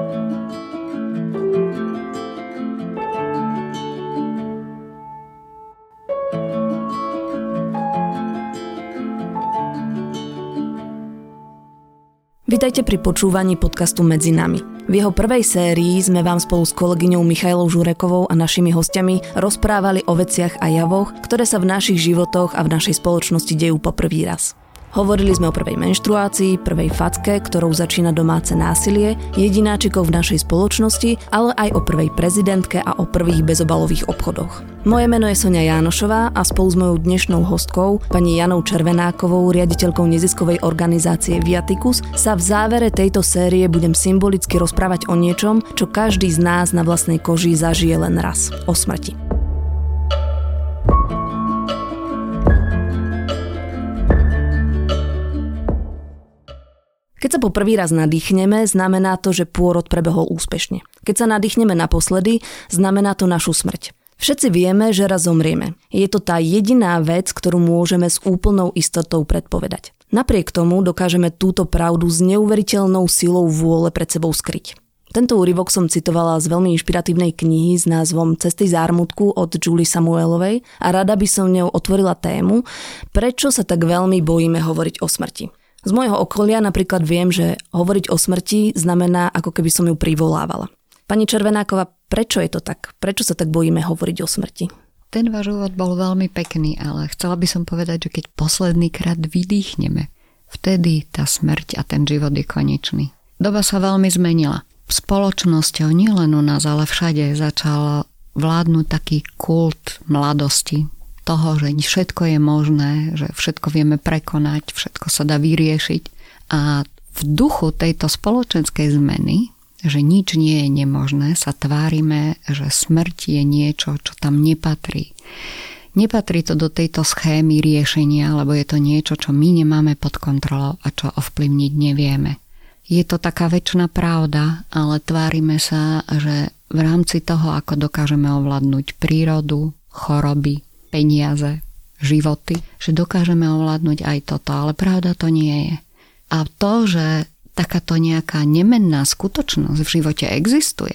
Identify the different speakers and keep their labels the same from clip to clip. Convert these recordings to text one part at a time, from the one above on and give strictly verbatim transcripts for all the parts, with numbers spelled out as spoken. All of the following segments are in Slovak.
Speaker 1: Vitajte pri počúvaní podcastu Medzi nami. V jeho prvej sérii sme vám spolu s kolegyňou Michailou Žurekovou a našimi hostiami rozprávali o veciach a javoch, ktoré sa v našich životoch a v našej spoločnosti dejú po prvý raz. Hovorili sme o prvej menštruácii, prvej facke, ktorou začína domáce násilie, jedináčikoch v našej spoločnosti, ale aj o prvej prezidentke a o prvých bezobalových obchodoch. Moje meno je Sonia Jánošová a spolu s mojou dnešnou hostkou, pani Janou Červenákovou, riaditeľkou neziskovej organizácie Viaticus, sa v závere tejto série budem symbolicky rozprávať o niečom, čo každý z nás na vlastnej koži zažije len raz – o smrti. Keď sa po prvý raz nadýchneme, znamená to, že pôrod prebehol úspešne. Keď sa nadýchneme naposledy, znamená to našu smrť. Všetci vieme, že raz zomrieme. Je to tá jediná vec, ktorú môžeme s úplnou istotou predpovedať. Napriek tomu dokážeme túto pravdu s neuveriteľnou silou vôle pred sebou skryť. Tento úryvok som citovala z veľmi inšpiratívnej knihy s názvom Cesty zármutku od Julie Samuelovej a rada by som ňou otvorila tému, prečo sa tak veľmi bojíme hovoriť o smrti. Z môjho okolia napríklad viem, že hovoriť o smrti znamená, ako keby som ju privolávala. Pani Červenáková, prečo je to tak? Prečo sa tak bojíme hovoriť o smrti?
Speaker 2: Ten váš úvod bol veľmi pekný, ale chcela by som povedať, že keď posledný krát vydýchneme, vtedy tá smrť a ten život je konečný. Doba sa veľmi zmenila. Spoločnosťou nielen u nás, ale všade začal vládnuť taký kult mladosti, toho, že všetko je možné, že všetko vieme prekonať, všetko sa dá vyriešiť. A v duchu tejto spoločenskej zmeny, že nič nie je nemožné, sa tvárime, že smrť je niečo, čo tam nepatrí. Nepatrí to do tejto schémy riešenia, lebo je to niečo, čo my nemáme pod kontrolou a čo ovplyvniť nevieme. Je to taká večná pravda, ale tvárime sa, že v rámci toho, ako dokážeme ovládnuť prírodu, choroby, peniaze, životy, že dokážeme ovládnuť aj toto, ale pravda to nie je. A to, že takáto nejaká nemenná skutočnosť v živote existuje,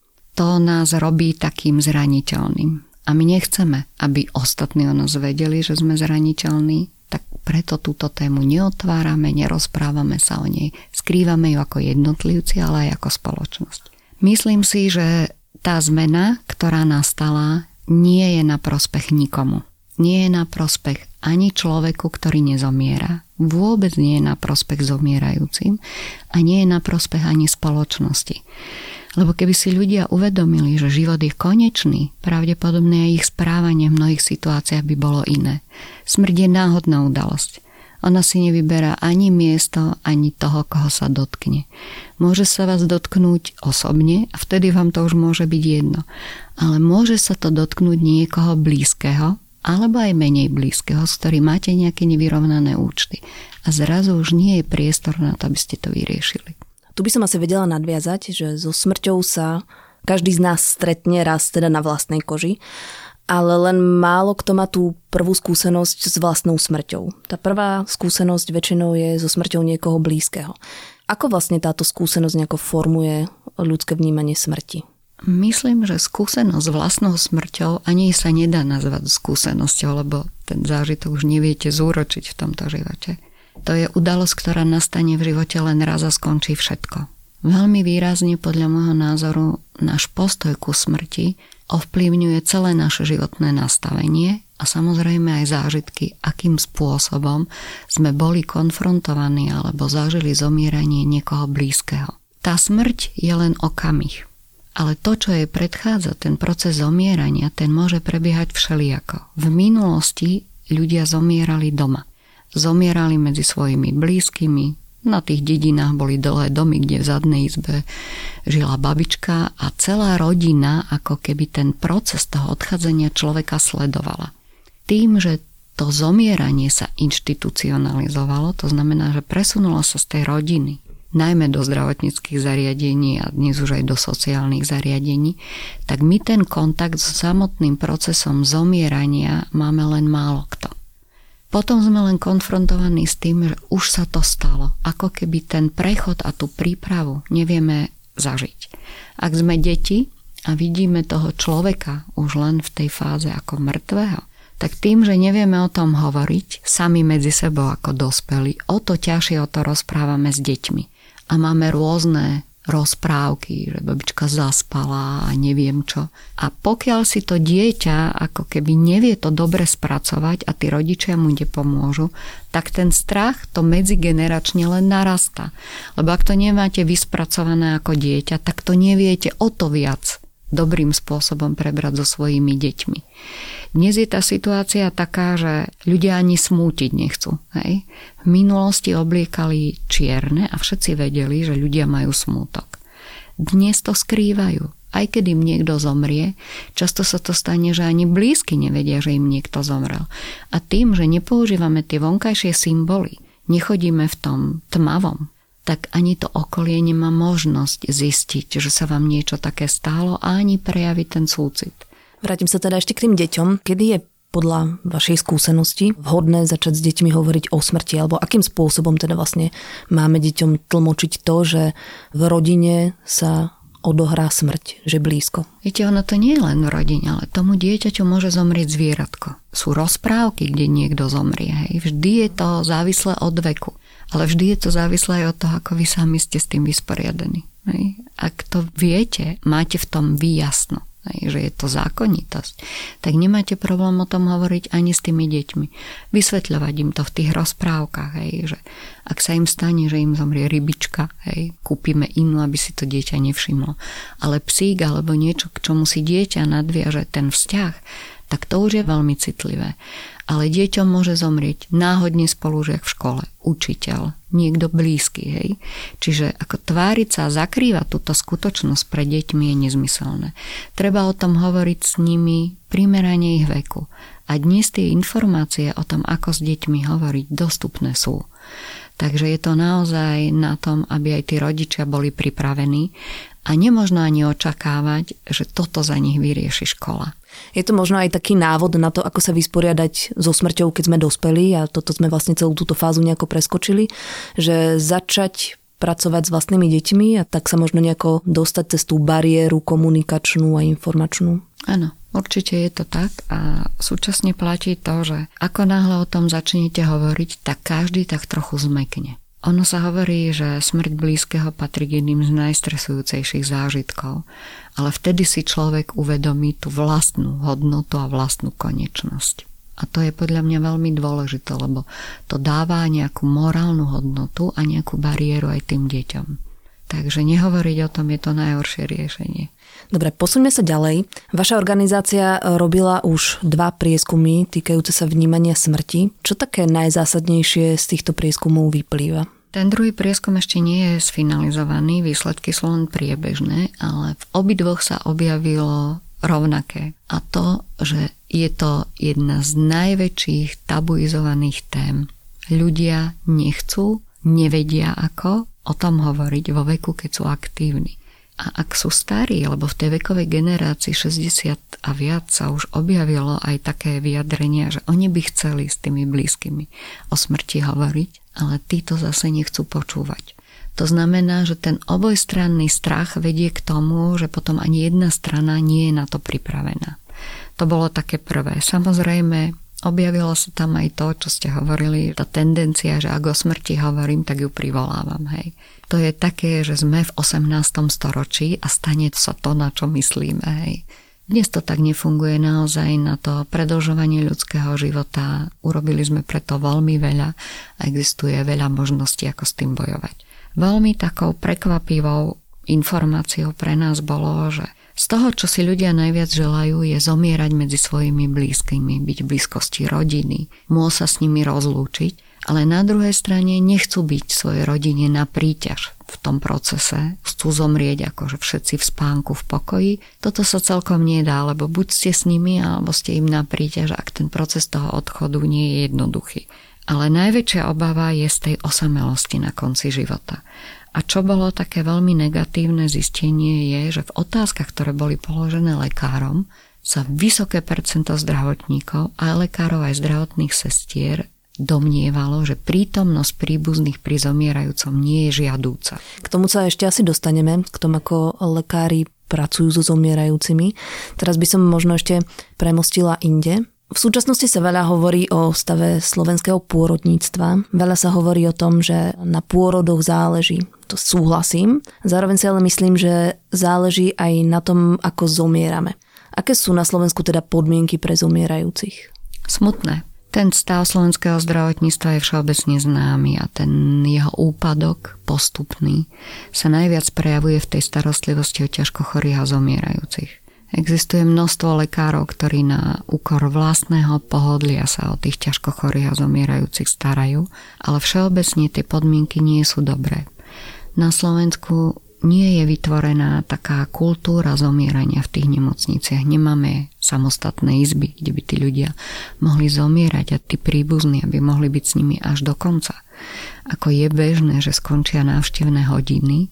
Speaker 2: to nás robí takým zraniteľným. A my nechceme, aby ostatní o nás vedeli, že sme zraniteľní, tak preto túto tému neotvárame, nerozprávame sa o nej, skrývame ju ako jednotlivci, ale aj ako spoločnosť. Myslím si, že tá zmena, ktorá nastala, nie je na prospech nikomu. Nie je na prospech ani človeku, ktorý nezomiera. Vôbec nie je na prospech zomierajúcim a nie je na prospech ani spoločnosti. Lebo keby si ľudia uvedomili, že život je konečný, pravdepodobne aj ich správanie v mnohých situáciách by bolo iné. Smrť je náhodná udalosť. Ona si nevyberá ani miesto, ani toho, koho sa dotkne. Môže sa vás dotknúť osobne a vtedy vám to už môže byť jedno. Ale môže sa to dotknúť niekoho blízkeho, alebo aj menej blízkeho, s ktorým máte nejaké nevyrovnané účty. A zrazu už nie je priestor na to, aby ste to vyriešili.
Speaker 1: Tu by som asi vedela nadviazať, že so smrťou sa každý z nás stretne raz teda na vlastnej koži. Ale len málo kto má tú prvú skúsenosť s vlastnou smrťou. Tá prvá skúsenosť väčšinou je so smrťou niekoho blízkeho. Ako vlastne táto skúsenosť nejako formuje ľudské vnímanie smrti?
Speaker 2: Myslím, že skúsenosť s vlastnou smrťou ani sa nedá nazvať skúsenosťou, lebo ten zážitok už neviete zúročiť v tomto živote. To je udalosť, ktorá nastane v živote len raz a skončí všetko. Veľmi výrazne podľa môjho názoru náš postoj ku smrti ovplyvňuje celé naše životné nastavenie a samozrejme aj zážitky, akým spôsobom sme boli konfrontovaní alebo zažili zomieranie niekoho blízkeho. Tá smrť je len okamih, ale to, čo jej predchádza, ten proces zomierania, ten môže prebiehať všelijako. V minulosti ľudia zomierali doma. Zomierali medzi svojimi blízkymi. Na tých dedinách boli dlhé domy, kde v zadnej izbe žila babička a celá rodina ako keby ten proces toho odchádzania človeka sledovala. Tým, že to zomieranie sa inštitucionalizovalo, to znamená, že presunulo sa z tej rodiny, najmä do zdravotníckych zariadení a dnes už aj do sociálnych zariadení, tak my ten kontakt s samotným procesom zomierania máme len málo kto. Potom sme len konfrontovaní s tým, že už sa to stalo. Ako keby ten prechod a tú prípravu nevieme zažiť. Ak sme deti a vidíme toho človeka už len v tej fáze ako mŕtvého, tak tým, že nevieme o tom hovoriť sami medzi sebou ako dospelí, o to ťažšie o to rozprávame s deťmi. A máme rôzne rozprávky, že babička zaspala a neviem čo. A pokiaľ si to dieťa ako keby nevie to dobre spracovať a tí rodičia mu nepomôžu, tak ten strach to medzigeneračne len narastá. Lebo ak to nemáte vyspracované ako dieťa, tak to neviete o to viac dobrým spôsobom prebrať so svojimi deťmi. Dnes je tá situácia taká, že ľudia ani smútiť nechcú. Hej? V minulosti obliekali čierne a všetci vedeli, že ľudia majú smútok. Dnes to skrývajú. Aj keď im niekto zomrie, často sa to stane, že ani blízky nevedia, že im niekto zomrel. A tým, že nepoužívame tie vonkajšie symboly, nechodíme v tom tmavom, tak ani to okolie nemá možnosť zistiť, že sa vám niečo také stalo a ani prejaviť ten súcit.
Speaker 1: Vrátim sa teda ešte k tým deťom. Kedy je podľa vašej skúsenosti vhodné začať s deťmi hovoriť o smrti? Alebo akým spôsobom teda vlastne máme deťom tlmočiť to, že v rodine sa odohrá smrť, že blízko?
Speaker 2: Viete, ono to nie je len v rodine, ale tomu dieťaťu môže zomrieť zvieratko. Sú rozprávky, kde niekto zomrie. Hej. Vždy je to závislé od veku. Ale vždy je to závislé aj od toho, ako vy sami ste s tým vysporiadaní. Hej. Ak to viete, máte v tom vy jasno, hej, že je to zákonitosť, tak nemáte problém o tom hovoriť ani s tými deťmi. Vysvetľovať im to v tých rozprávkach, hej, že ak sa im stane, že im zomrie rybička, hej, kúpime inú, aby si to dieťa nevšimlo. Ale psík alebo niečo, k čomu si dieťa nadviaže ten vzťah, tak to už je veľmi citlivé. Ale dieťom môže zomrieť náhodne spolužiak v škole, učiteľ, niekto blízky, hej. Čiže ako tváriť sa a zakrývať túto skutočnosť pre deťmi je nezmyselné. Treba o tom hovoriť s nimi primerane ich veku. A dnes tie informácie o tom, ako s deťmi hovoriť, dostupné sú. Takže je to naozaj na tom, aby aj tí rodičia boli pripravení a nemožno ani očakávať, že toto za nich vyrieši škola.
Speaker 1: Je to možno aj taký návod na to, ako sa vysporiadať so smrťou, keď sme dospeli a toto sme vlastne celú túto fázu nejako preskočili, že začať pracovať s vlastnými deťmi a tak sa možno nejako dostať cez tú bariéru komunikačnú a informačnú.
Speaker 2: Áno, určite je to tak a súčasne platí to, že ako náhle o tom začnete hovoriť, tak každý tak trochu zmekne. Ono sa hovorí, že smrť blízkeho patrí k jedným z najstresujúcejších zážitkov, ale vtedy si človek uvedomí tú vlastnú hodnotu a vlastnú konečnosť. A to je podľa mňa veľmi dôležité, lebo to dáva nejakú morálnu hodnotu a nejakú bariéru aj tým deťom. Takže nehovoriť o tom je to najhoršie riešenie.
Speaker 1: Dobre, posuňme sa ďalej. Vaša organizácia robila už dva prieskumy týkajúce sa vnímania smrti. Čo také najzásadnejšie z týchto prieskumov vyplýva?
Speaker 2: Ten druhý prieskum ešte nie je sfinalizovaný, výsledky sú len priebežné, ale v obidvoch sa objavilo rovnaké. A to, že je to jedna z najväčších tabuizovaných tém. Ľudia nechcú, nevedia ako o tom hovoriť vo veku, keď sú aktívni. A ak sú starí, lebo v tej vekovej generácii šesťdesiat a viac sa už objavilo aj také vyjadrenia, že oni by chceli s tými blízkymi o smrti hovoriť, ale títo zase nechcú počúvať. To znamená, že ten obojstranný strach vedie k tomu, že potom ani jedna strana nie je na to pripravená. To bolo také prvé. Samozrejme, objavilo sa tam aj to, čo ste hovorili, tá tendencia, že ak o smrti hovorím, tak ju privolávam. Hej. To je také, že sme v osemnástom storočí a stane sa to, na čo myslíme. Hej. Dnes to tak nefunguje naozaj na to predĺžovanie ľudského života. Urobili sme preto veľmi veľa a existuje veľa možností, ako s tým bojovať. Veľmi takou prekvapivou informáciou pre nás bolo, že z toho, čo si ľudia najviac želajú, je zomierať medzi svojimi blízkymi, byť v blízkosti rodiny, môcť sa s nimi rozlúčiť, ale na druhej strane nechcú byť svojej rodine na príťaž v tom procese, chcú zomrieť akože všetci v spánku, v pokoji. Toto sa celkom nedá, lebo buď ste s nimi, alebo ste im na príťaž, ak ten proces toho odchodu nie je jednoduchý. Ale najväčšia obava je z tej osamelosti na konci života. A čo bolo také veľmi negatívne zistenie je, že v otázkach, ktoré boli položené lekárom, sa vysoké percento zdravotníkov, aj lekárov, aj zdravotných sestier domnievalo, že prítomnosť príbuzných pri zomierajúcom nie je žiadúca.
Speaker 1: K tomu sa ešte asi dostaneme, k tomu, ako lekári pracujú so zomierajúcimi. Teraz by som možno ešte premostila inde. V súčasnosti sa veľa hovorí o stave slovenského pôrodníctva. Veľa sa hovorí o tom, že na pôrodoch záleží. To súhlasím. Zároveň si ale myslím, že záleží aj na tom, ako zomierame. Aké sú na Slovensku teda podmienky pre zomierajúcich?
Speaker 2: Smutné. Ten stav slovenského zdravotníctva je všeobecne známy a ten jeho úpadok postupný sa najviac prejavuje v tej starostlivosti o ťažko chorých a zomierajúcich. Existuje množstvo lekárov, ktorí na úkor vlastného pohodlia sa o tých ťažko chorých a zomierajúcich starajú, ale všeobecne tie podmienky nie sú dobré. Na Slovensku nie je vytvorená taká kultúra zomierania v tých nemocniciach. Nemáme samostatné izby, kde by tí ľudia mohli zomierať a tí príbuzní, aby mohli byť s nimi až do konca. Ako je bežné, že skončia návštevné hodiny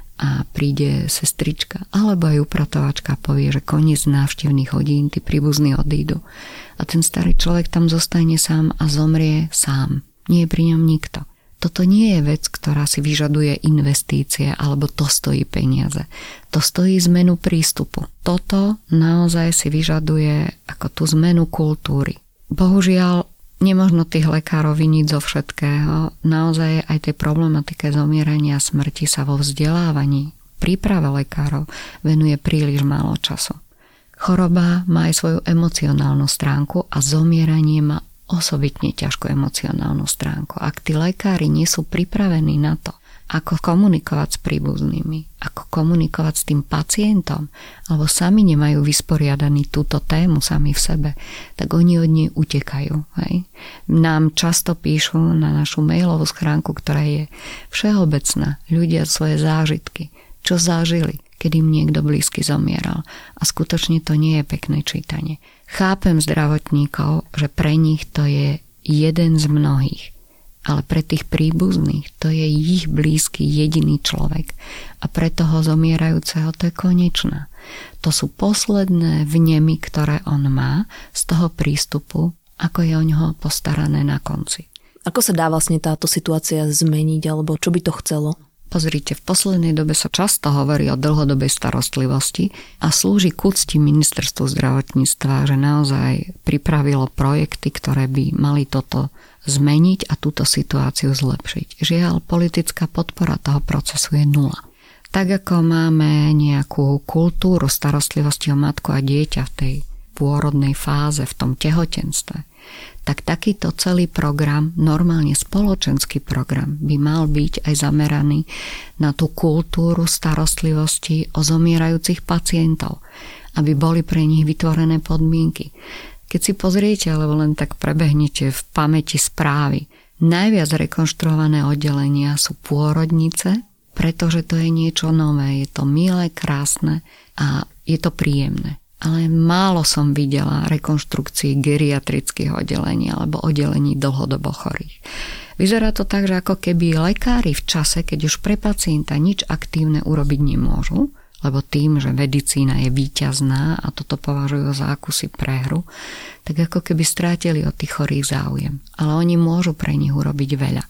Speaker 2: a príde sestrička alebo aj upratovačka a povie, že koniec návštevných hodín, tí príbuzní odídu. A ten starý človek tam zostane sám a zomrie sám. Nie je pri ňom nikto. Toto nie je vec, ktorá si vyžaduje investície alebo to stojí peniaze. To stojí zmenu prístupu. Toto naozaj si vyžaduje ako tú zmenu kultúry. Bohužiaľ, nemožno tých lekárov viniť zo všetkého. Naozaj aj tej problematike zomierania a smrti sa vo vzdelávaní, príprave lekárov venuje príliš málo času. Choroba má aj svoju emocionálnu stránku a zomieranie má osobitne ťažkú emocionálnu stránku. Ak tí lekári nie sú pripravení na to, ako komunikovať s príbuznými, ako komunikovať s tým pacientom, alebo sami nemajú vysporiadaný túto tému sami v sebe, tak oni od nej utekajú. Hej? Nám často píšu na našu mailovú schránku, ktorá je všeobecná, ľudia svoje zážitky, čo zažili, keď im niekto blízky zomieral. A skutočne to nie je pekné čítanie. Chápem zdravotníkov, že pre nich to je jeden z mnohých. Ale pre tých príbuzných to je ich blízky jediný človek. A pre toho zomierajúceho to je konečná. To sú posledné vnemy, ktoré on má z toho prístupu, ako je o ňoho postarané na konci.
Speaker 1: Ako sa dá vlastne táto situácia zmeniť, alebo čo by to chcelo?
Speaker 2: Pozrite, v poslednej dobe sa často hovorí o dlhodobej starostlivosti a slúži k úcti ministerstvu zdravotníctva, že naozaj pripravilo projekty, ktoré by mali toto zmeniť a túto situáciu zlepšiť. Žiaľ, politická podpora toho procesu je nula. Tak ako máme nejakú kultúru starostlivosti o matku a dieťa v tej pôrodnej fáze, v tom tehotenstve, tak takýto celý program, normálne spoločenský program, by mal byť aj zameraný na tú kultúru starostlivosti o zomierajúcich pacientov, aby boli pre nich vytvorené podmienky. Keď si pozriete, alebo len tak prebehnete v pamäti správy, najviac rekonštruované oddelenia sú pôrodnice, pretože to je niečo nové, je to milé, krásne a je to príjemné. Ale málo som videla rekonštrukcií geriatrických oddelení alebo oddelení dlhodobo chorých. Vyzerá to tak, že ako keby lekári v čase, keď už pre pacienta nič aktívne urobiť nemôžu, lebo tým, že medicína je víťazná a toto považujú za akúsi prehru, tak ako keby strátili od tých chorých záujem. Ale oni môžu pre nich urobiť veľa.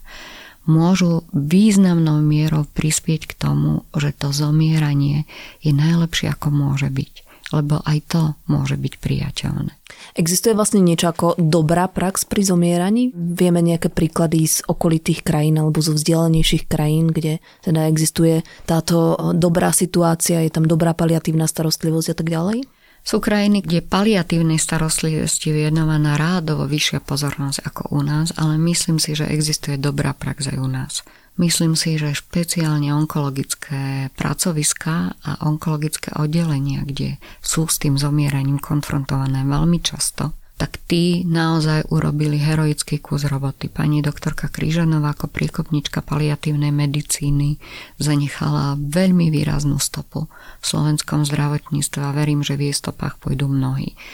Speaker 2: Môžu významnou mierou prispieť k tomu, že to zomieranie je najlepšie, ako môže byť. Lebo aj to môže byť priateľné.
Speaker 1: Existuje vlastne niečo ako dobrá prax pri zomieraní? Vieme nejaké príklady z okolitých krajín alebo zo vzdialenejších krajín, kde teda existuje táto dobrá situácia, je tam dobrá paliatívna starostlivosť a tak ďalej?
Speaker 2: Sú krajiny, kde paliatívnej starostlivosti je venovaná rádovo vyššia pozornosť ako u nás, ale myslím si, že existuje dobrá prax aj u nás. Myslím si, že špeciálne onkologické pracoviská a onkologické oddelenia, kde sú s tým zomieraním konfrontované veľmi často, tak tí naozaj urobili heroický kus roboty. Pani doktorka Krížanová ako priekopnička paliatívnej medicíny zanechala veľmi výraznú stopu v slovenskom zdravotníctve a verím, že v jej stopách pôjdu mnohí.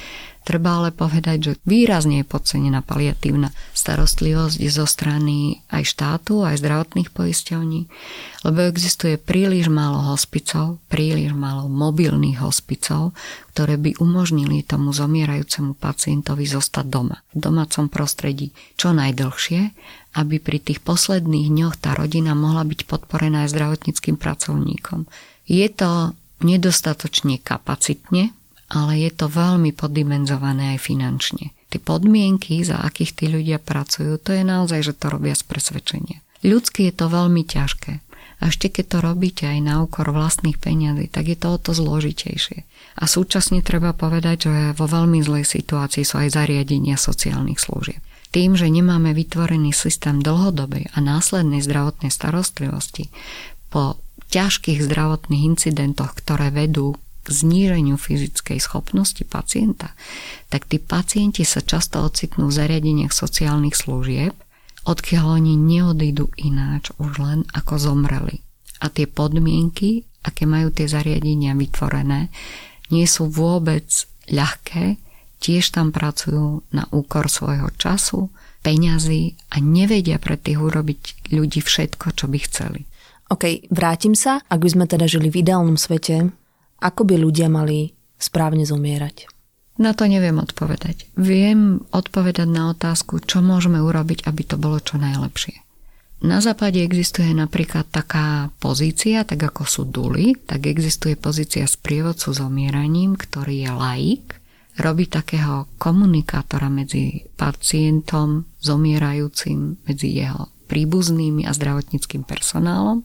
Speaker 2: Treba ale povedať, že výrazne je podcenená paliatívna starostlivosť zo strany aj štátu, aj zdravotných poisťovní, lebo existuje príliš málo hospicov, príliš málo mobilných hospicov, ktoré by umožnili tomu zomierajúcemu pacientovi zostať doma, v domácom prostredí čo najdlhšie, aby pri tých posledných dňoch tá rodina mohla byť podporená aj zdravotníckym pracovníkom. Je to nedostatočne kapacitne, ale je to veľmi poddimenzované aj finančne. Tie podmienky, za akých tí ľudia pracujú, to je naozaj, že to robia z presvedčenia. Ľudsky je to veľmi ťažké. A ešte keď to robíte aj na úkor vlastných peňazí, tak je to o to zložitejšie. A súčasne treba povedať, že vo veľmi zlej situácii sú aj zariadenia sociálnych služieb. Tým, že nemáme vytvorený systém dlhodobej a následnej zdravotnej starostlivosti po ťažkých zdravotných incidentoch, ktoré vedú k zníženiu fyzickej schopnosti pacienta, tak tí pacienti sa často ocitnú v zariadeniach sociálnych služieb, odkiaľ oni neodídu ináč už len ako zomreli. A tie podmienky, aké majú tie zariadenia vytvorené, nie sú vôbec ľahké, tiež tam pracujú na úkor svojho času, peňazí a nevedia pre tých urobiť ľudí všetko, čo by chceli.
Speaker 1: OK, vrátim sa, ak by sme teda žili v ideálnom svete, ako by ľudia mali správne zomierať?
Speaker 2: Na to neviem odpovedať. Viem odpovedať na otázku, čo môžeme urobiť, aby to bolo čo najlepšie. Na západe existuje napríklad taká pozícia, tak ako sú duly, tak existuje pozícia sprievodcu zomieraním, ktorý je laik, robí takého komunikátora medzi pacientom, zomierajúcim, medzi jeho príbuznými a zdravotníckym personálom.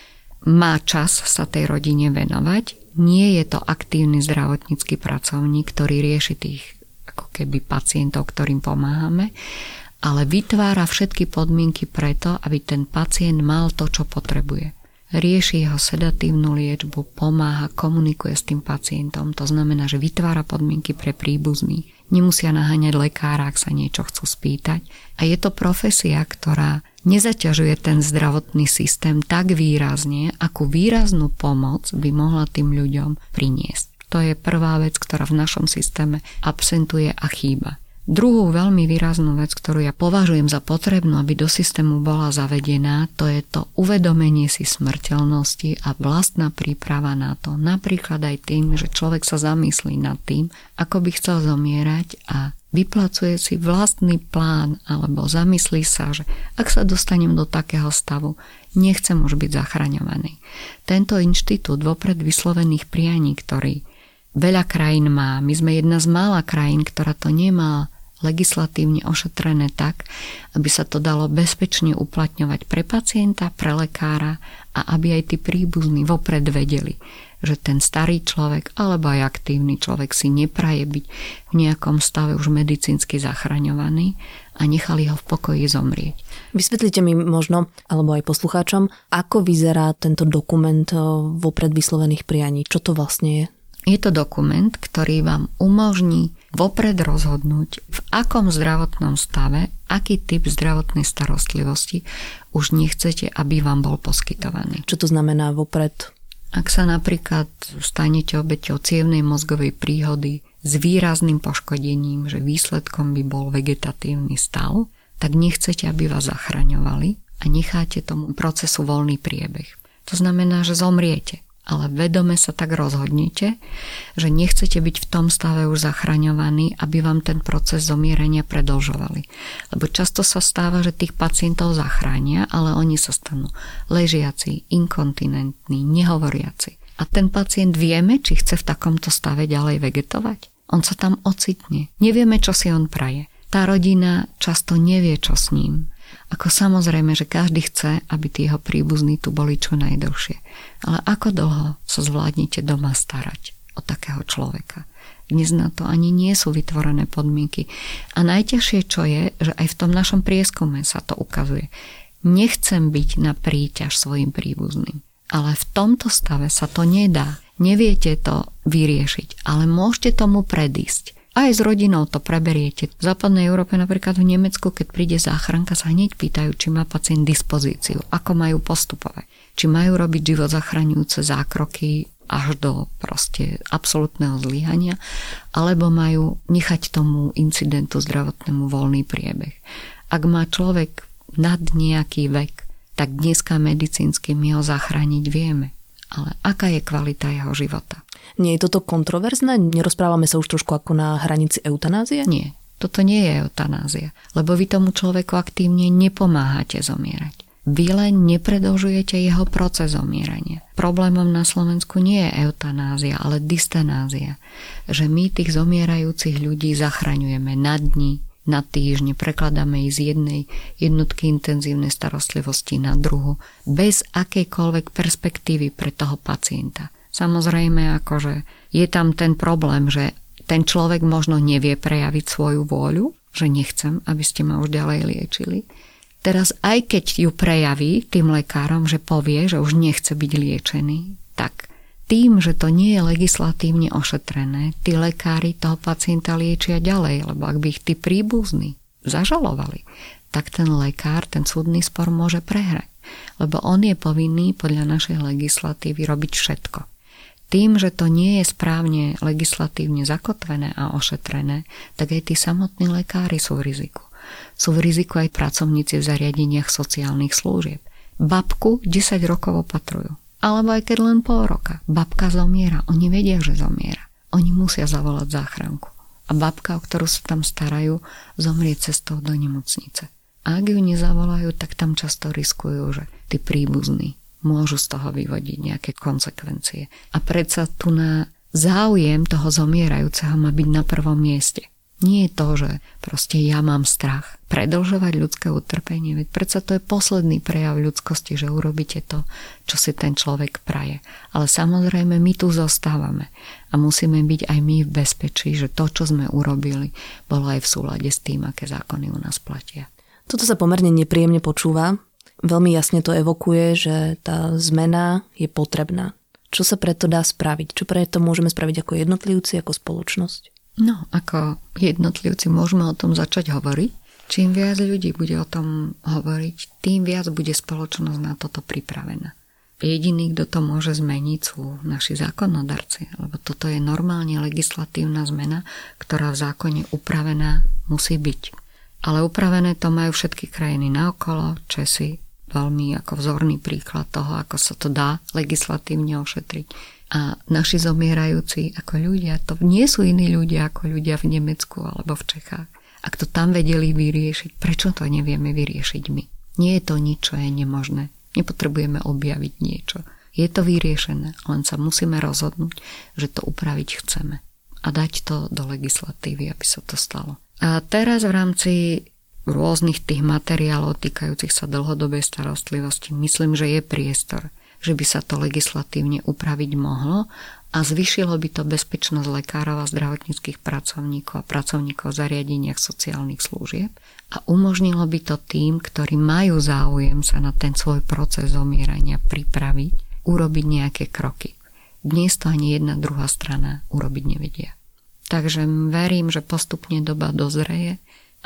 Speaker 2: Má čas sa tej rodine venovať. Nie je to aktívny zdravotnícky pracovník, ktorý rieši tých ako keby pacientov, ktorým pomáhame, ale vytvára všetky podmienky preto, aby ten pacient mal to, čo potrebuje. Rieši jeho sedatívnu liečbu, pomáha, komunikuje s tým pacientom. To znamená, že vytvára podmienky pre príbuzných. Nemusia naháňať lekára, ak sa niečo chcú spýtať. A je to profesia, ktorá nezaťažuje ten zdravotný systém tak výrazne, akú výraznú pomoc by mohla tým ľuďom priniesť. To je prvá vec, ktorá v našom systéme absentuje a chýba. Druhú veľmi výraznú vec, ktorú ja považujem za potrebnú, aby do systému bola zavedená, to je to uvedomenie si smrteľnosti a vlastná príprava na to. Napríklad aj tým, že človek sa zamyslí nad tým, ako by chcel zomierať a vypracuje si vlastný plán alebo zamyslí sa, že ak sa dostanem do takého stavu, nechcem už byť zachraňovaný. Tento inštitút vopred vyslovených prianí, ktorý veľa krajín má, my sme jedna z mála krajín, ktorá to nemá legislatívne ošetrené tak, aby sa to dalo bezpečne uplatňovať pre pacienta, pre lekára a aby aj tí príbuzní vopred vedeli, že ten starý človek alebo aj aktívny človek si nepraje byť v nejakom stave už medicínsky zachraňovaný a nechali ho v pokoji zomrieť.
Speaker 1: Vysvetlite mi možno, alebo aj poslucháčom, ako vyzerá tento dokument vopred vyslovených prianí. Čo to vlastne je?
Speaker 2: Je to dokument, ktorý vám umožní vopred rozhodnúť, v akom zdravotnom stave, aký typ zdravotnej starostlivosti už nechcete, aby vám bol poskytovaný.
Speaker 1: Čo to znamená vopred?
Speaker 2: Ak sa napríklad stanete obeťou cievnej mozgovej príhody s výrazným poškodením, že výsledkom by bol vegetatívny stav, tak nechcete, aby vás zachraňovali a necháte tomu procesu voľný priebeh. To znamená, že zomriete. Ale vedome sa tak rozhodnite, že nechcete byť v tom stave už zachraňovaní, aby vám ten proces zomierania predĺžovali. Lebo často sa stáva, že tých pacientov zachránia, ale oni sa stanú ležiaci, inkontinentní, nehovoriaci. A ten pacient vieme, či chce v takomto stave ďalej vegetovať? On sa tam ocitne. Nevieme, čo si on praje. Tá rodina často nevie, čo s ním. Ako samozrejme, že každý chce, aby tí jeho príbuzní tu boli čo najdlhšie. Ale ako dlho sa zvládnete doma starať o takého človeka? Dnes na to ani nie sú vytvorené podmienky. A najťažšie, čo je, že aj v tom našom prieskume sa to ukazuje. Nechcem byť na príťaž svojim príbuzným. Ale v tomto stave sa to nedá. Neviete to vyriešiť, ale môžete tomu predísť. Aj s rodinou to preberiete. V západnej Európe, napríklad v Nemecku, keď príde záchranka, sa hneď pýtajú, či má pacient dispozíciu, ako majú postupovať. Či majú robiť život zachraňujúce zákroky až do proste absolútneho zlyhania, alebo majú nechať tomu incidentu zdravotnému voľný priebeh. Ak má človek nad nejaký vek, tak dneska medicínsky my ho zachrániť vieme. Ale aká je kvalita jeho života?
Speaker 1: Nie je toto kontroverzné? Nerozprávame sa už trošku ako na hranici eutanázie?
Speaker 2: Nie, toto nie je eutanázia, lebo vy tomu človeku aktívne nepomáhate zomierať. Vy len nepredĺžujete jeho proces zomierania. Problémom na Slovensku nie je eutanázia, ale dystanázia. Že my tých zomierajúcich ľudí zachraňujeme na dni, na týždne, prekladáme ich z jednej jednotky intenzívnej starostlivosti na druhu, bez akejkoľvek perspektívy pre toho pacienta. Samozrejme, akože je tam ten problém, že ten človek možno nevie prejaviť svoju vôľu, že nechcem, aby ste ma už ďalej liečili. Teraz aj keď ju prejaví tým lekárom, že povie, že už nechce byť liečený, tak tým, že to nie je legislatívne ošetrené, tí lekári toho pacienta liečia ďalej, lebo ak by ich tí príbuzní zažalovali, tak ten lekár, ten súdny spor môže prehrať. Lebo on je povinný podľa našej legislatívy robiť všetko. Tým, že to nie je správne legislatívne zakotvené a ošetrené, tak aj tí samotní lekári sú v riziku. Sú v riziku aj pracovníci v zariadeniach sociálnych služieb. Babku desať rokov opatrujú. Alebo aj keď len pol roka. Babka zomiera. Oni vedia, že zomiera. Oni musia zavolať záchranku. A babka, o ktorú sa tam starajú, zomrie cestou do nemocnice. A ak ju nezavolajú, tak tam často riskujú, že tí príbuzní môžu z toho vyvodiť nejaké konsekvencie. A predsa tu na záujem toho zomierajúceho má byť na prvom mieste. Nie je to, že proste ja mám strach predĺžovať ľudské utrpenie, veď predsa to je posledný prejav ľudskosti, že urobíte to, čo si ten človek praje. Ale samozrejme my tu zostávame a musíme byť aj my v bezpečí, že to, čo sme urobili, bolo aj v súlade s tým, aké zákony u nás platia.
Speaker 1: Toto sa pomerne nepríjemne počúva. Veľmi jasne to evokuje, že tá zmena je potrebná. Čo sa preto dá spraviť? Čo preto môžeme spraviť ako jednotlivci, ako spoločnosť?
Speaker 2: No, ako jednotlivci môžeme o tom začať hovoriť. Čím viac ľudí bude o tom hovoriť, tým viac bude spoločnosť na toto pripravená. Jediný, kto to môže zmeniť, sú naši zákonodarci, lebo toto je normálne legislatívna zmena, ktorá v zákone upravená musí byť. Ale upravené to majú všetky krajiny naokolo, Česi, veľmi ako vzorný príklad toho, ako sa to dá legislatívne ošetriť. A naši zomierajúci ako ľudia, to nie sú iní ľudia ako ľudia v Nemecku alebo v Čechách. Ak to tam vedeli vyriešiť, prečo to nevieme vyriešiť my? Nie je to nič, čo je nemožné. Nepotrebujeme objaviť niečo. Je to vyriešené, len sa musíme rozhodnúť, že to upraviť chceme. A dať to do legislatívy, aby sa to stalo. A teraz v rámci rôznych tých materiálov týkajúcich sa dlhodobej starostlivosti myslím, že je priestor, že by sa to legislatívne upraviť mohlo a zvýšilo by to bezpečnosť lekárov a zdravotníckych pracovníkov a pracovníkov v zariadeniach sociálnych služieb a umožnilo by to tým, ktorí majú záujem sa na ten svoj proces zomierania pripraviť, urobiť nejaké kroky. Dnes to ani jedna druhá strana urobiť nevedia. Takže verím, že postupne doba dozreje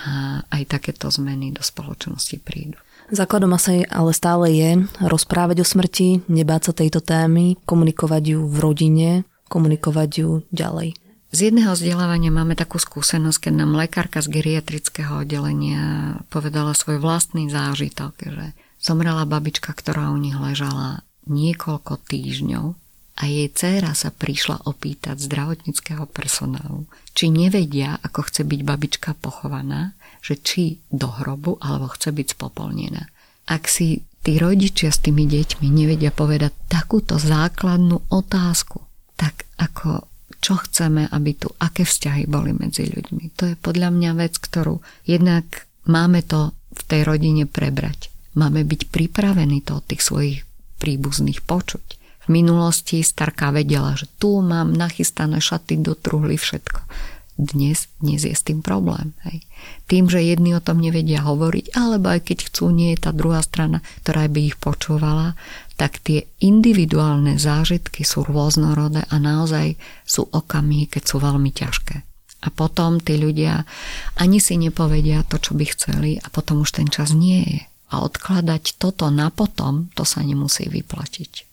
Speaker 2: a aj takéto zmeny do spoločnosti prídu.
Speaker 1: Základom asi ale stále je rozprávať o smrti, nebáť sa tejto témy, komunikovať ju v rodine, komunikovať ju ďalej.
Speaker 2: Z jedného vzdelávania máme takú skúsenosť, keď nám lekárka z geriatrického oddelenia povedala svoj vlastný zážitok, že zomrela babička, ktorá u nich ležala niekoľko týždňov a jej dcéra sa prišla opýtať zdravotníckeho personálu, či nevedia, ako chce byť babička pochovaná, že či do hrobu, alebo chce byť spopolnená. Ak si tí rodičia s tými deťmi nevedia povedať takúto základnú otázku, tak ako čo chceme, aby tu, aké vzťahy boli medzi ľuďmi. To je podľa mňa vec, ktorú jednak máme to v tej rodine prebrať. Máme byť pripravení to od tých svojich príbuzných počuť. V minulosti starka vedela, že tu mám nachystané šaty do truhly, všetko. Dnes, dnes je s tým problém. Hej. Tým, že jedni o tom nevedia hovoriť, alebo aj keď chcú, nie je tá druhá strana, ktorá by ich počúvala, tak tie individuálne zážitky sú rôznorodé a naozaj sú okamihy, keď sú veľmi ťažké. A potom tí ľudia ani si nepovedia to, čo by chceli a potom už ten čas nie je. A odkladať toto na potom, to sa nemusí vyplatiť.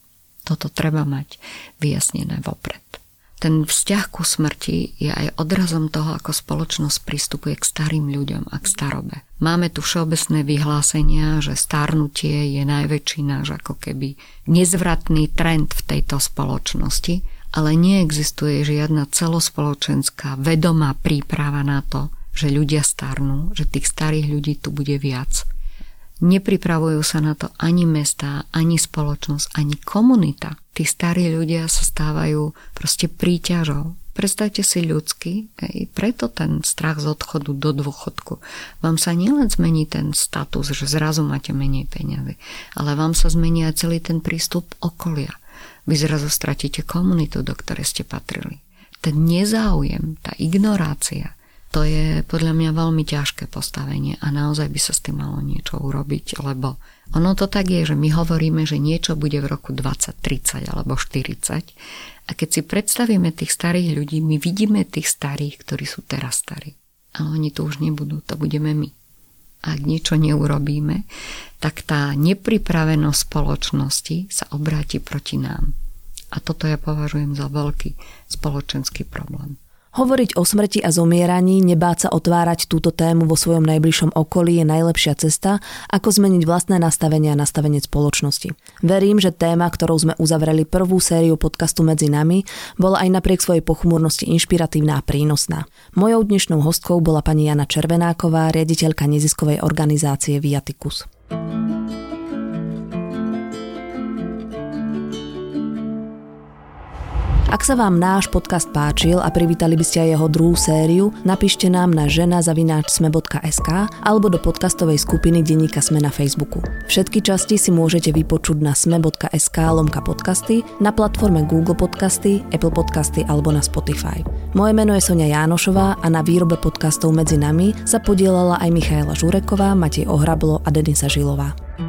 Speaker 2: Toto treba mať vyjasnené vopred. Ten vzťah ku smrti je aj odrazom toho, ako spoločnosť pristupuje k starým ľuďom a k starobe. Máme tu všeobecné vyhlásenia, že starnutie je najväčší náš ako keby nezvratný trend v tejto spoločnosti, ale neexistuje žiadna celospoločenská vedomá príprava na to, že ľudia starnú, že tých starých ľudí tu bude viac. Nepripravujú sa na to ani mestá, ani spoločnosť, ani komunita. Tí starí ľudia sa stávajú proste príťažou. Predstavte si ľudsky, aj preto ten strach z odchodu do dôchodku. Vám sa nielen zmení ten status, že zrazu máte menej peniazy, ale vám sa zmení aj celý ten prístup okolia. Vy zrazu stratíte komunitu, do ktorej ste patrili. Ten nezáujem, tá ignorácia, to je podľa mňa veľmi ťažké postavenie a naozaj by sa s tým malo niečo urobiť, lebo ono to tak je, že my hovoríme, že niečo bude v roku dvadsať, tridsať alebo štyridsať a keď si predstavíme tých starých ľudí, my vidíme tých starých, ktorí sú teraz starí. Ale oni tu už nebudú, to budeme my. Ak niečo neurobíme, tak tá nepripravenosť spoločnosti sa obráti proti nám. A toto ja považujem za veľký spoločenský problém.
Speaker 1: Hovoriť o smrti a zomieraní, nebáť sa otvárať túto tému vo svojom najbližšom okolí je najlepšia cesta, ako zmeniť vlastné nastavenie a nastavenie spoločnosti. Verím, že téma, ktorou sme uzavreli prvú sériu podcastu Medzi nami, bola aj napriek svojej pochmúrnosti inšpiratívna a prínosná. Mojou dnešnou hostkou bola pani Jana Červenáková, riaditeľka neziskovej organizácie Viaticus. Ak sa vám náš podcast páčil a privítali by ste aj jeho druhú sériu, napíšte nám na žena zavináč sme bodka es ká alebo do podcastovej skupiny denníka Sme na Facebooku. Všetky časti si môžete vypočuť na sme bodka es ká lomka podcasty, na platforme Google Podcasty, Apple Podcasty alebo na Spotify. Moje meno je Sonia Jánošová a na výrobe podcastov Medzi nami sa podielala aj Michaela Žureková, Matej Ohrablo a Denisa Žilová.